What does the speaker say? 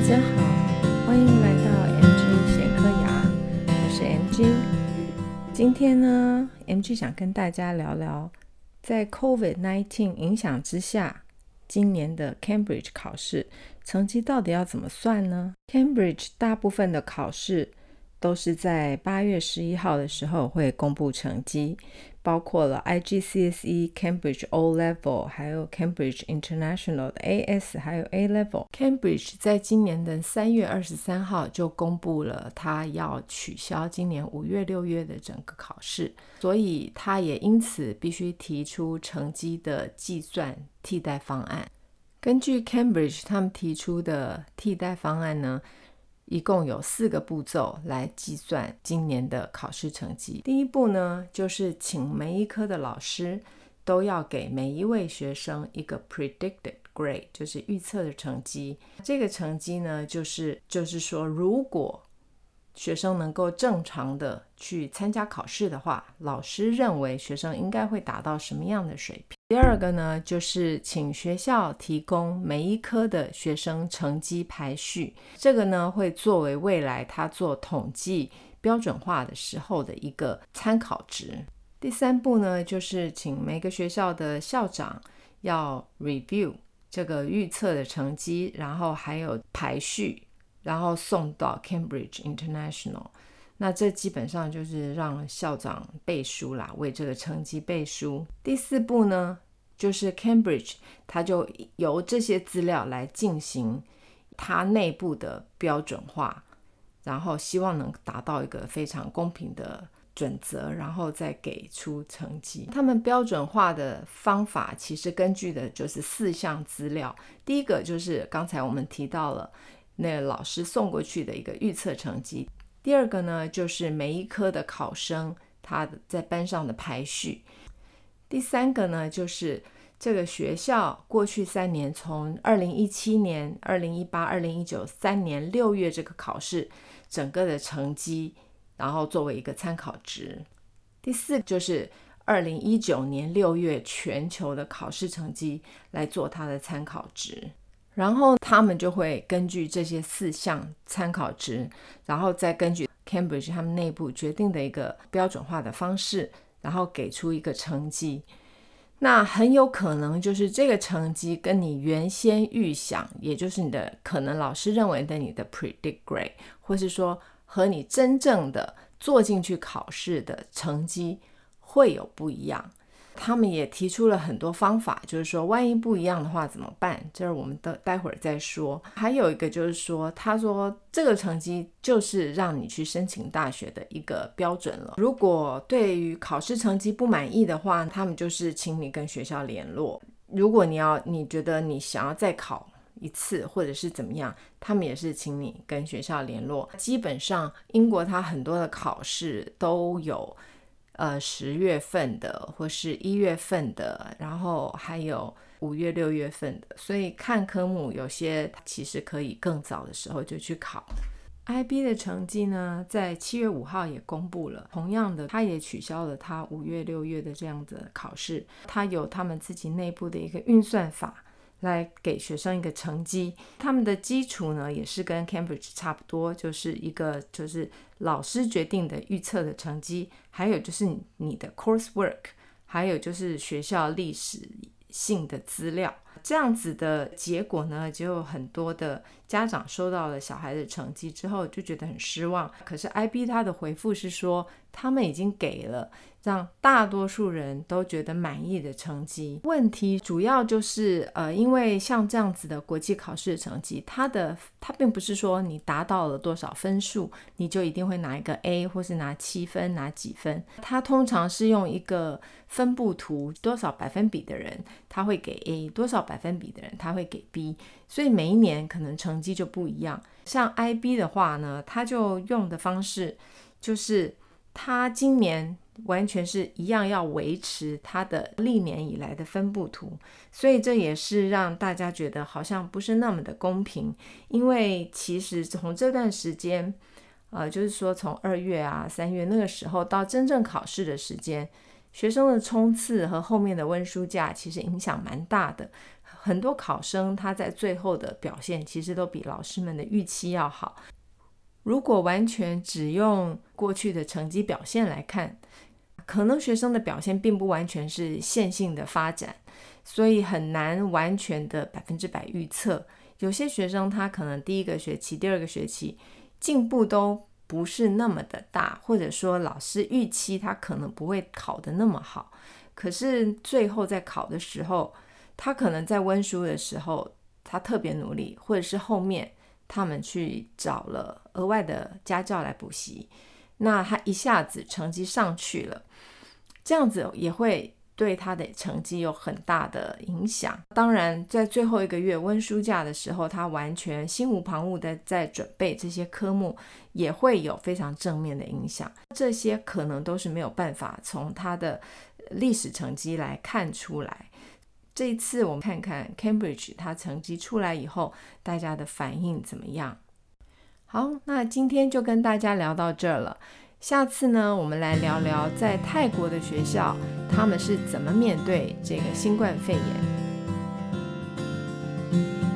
家好，欢迎来到 MG 显科牙，我是 MG。今天呢 MG 想跟大家聊聊在 COVID-19 影响之下，今年的 Cambridge 考试成绩到底要怎么算呢？ Cambridge 大部分的考试都是在8月11号的时候会公布成绩，包括了 IGCSE、Cambridge O-Level 还有 Cambridge International 的 AS 还有 A-Level。 Cambridge 在今年的3月23号就公布了他要取消今年5月6月的整个考试，所以他也因此必须提出成绩的计算替代方案。根据 Cambridge 他们提出的替代方案呢，一共有4个步骤来计算今年的考试成绩。第一步呢，就是请每一科的老师都要给每一位学生一个 predicted grade， 就是预测的成绩。这个成绩呢，就是说如果学生能够正常的去参加考试的话，老师认为学生应该会达到什么样的水平。第二个呢，就是请学校提供每一科的学生成绩排序，这个呢会作为未来他做统计标准化的时候的一个参考值。第三步呢，就是请每个学校的校长要 review 这个预测的成绩，然后还有排序，然后送到 Cambridge International。 那这基本上就是让校长背书啦，为这个成绩背书。第四步呢，就是 Cambridge 他就由这些资料来进行他内部的标准化，然后希望能达到一个非常公平的准则，然后再给出成绩。他们标准化的方法其实根据的就是4项资料。第一个就是刚才我们提到了那个老师送过去的一个预测成绩。第二个呢，就是每一科的考生他在班上的排序。第三个呢，就是这个学校过去3年，从2017年、2018、2019 3年6月这个考试整个的成绩，然后作为一个参考值。第四就是2019年6月全球的考试成绩来做它的参考值。然后他们就会根据这些4项参考值，然后再根据 Cambridge 他们内部决定的一个标准化的方式，然后给出一个成绩。那很有可能就是这个成绩跟你原先预想，也就是你的可能老师认为的你的 predict grade， 或是说和你真正的做进去考试的成绩会有不一样。他们也提出了很多方法，就是说万一不一样的话怎么办，这是我们待会儿再说。还有一个就是说，他说这个成绩就是让你去申请大学的一个标准了。如果对于考试成绩不满意的话，他们就是请你跟学校联络。如果你觉得你想要再考一次或者是怎么样，他们也是请你跟学校联络。基本上英国它很多的考试都有10月份的或是1月份的，然后还有5月6月份的，所以看科目有些其实可以更早的时候就去考。IB 的成绩呢，在7月5号也公布了，同样的他也取消了他5月6月的这样的考试，他有他们自己内部的一个运算法来给学生一个成绩。他们的基础呢也是跟 Cambridge 差不多，就是一个就是老师决定的预测的成绩，还有就是你的 coursework， 还有就是学校历史性的资料。这样子的结果呢，就有很多的家长收到了小孩的成绩之后就觉得很失望。可是 IB 他的回复是说，他们已经给了让大多数人都觉得满意的成绩。问题主要就是因为像这样子的国际考试的成绩，它并不是说你达到了多少分数你就一定会拿一个 A 或是拿7分拿几分，它通常是用一个分布图，多少百分比的人他会给 A， 多少百分比的人他会给 B， 所以每一年可能成绩就不一样。像 IB 的话呢，他就用的方式就是他今年完全是一样要维持他的历年以来的分布图，所以这也是让大家觉得好像不是那么的公平。因为其实从这段时间就是说从2月啊3月那个时候到真正考试的时间，学生的冲刺和后面的温书假其实影响蛮大的。 很多考生他在最后的表现其实都比老师们的预期要好。如果完全只用过去的成绩表现来看，可能学生的表现并不完全是线性的发展，所以很难完全的100%预测。有些学生他可能第一个学期、第二个学期进步都不是那么的大，或者说老师预期他可能不会考得那么好，可是最后在考的时候，他可能在温书的时候他特别努力，或者是后面他们去找了额外的家教来补习，那他一下子成绩上去了，这样子也会对他的成绩有很大的影响。当然在最后一个月温书假的时候，他完全心无旁骛的在准备这些科目，也会有非常正面的影响。这些可能都是没有办法从他的历史成绩来看出来。这一次我们看看 Cambridge 他成绩出来以后大家的反应怎么样。好，那今天就跟大家聊到这儿了。下次呢，我们来聊聊在泰国的学校他们是怎么面对这个新冠肺炎。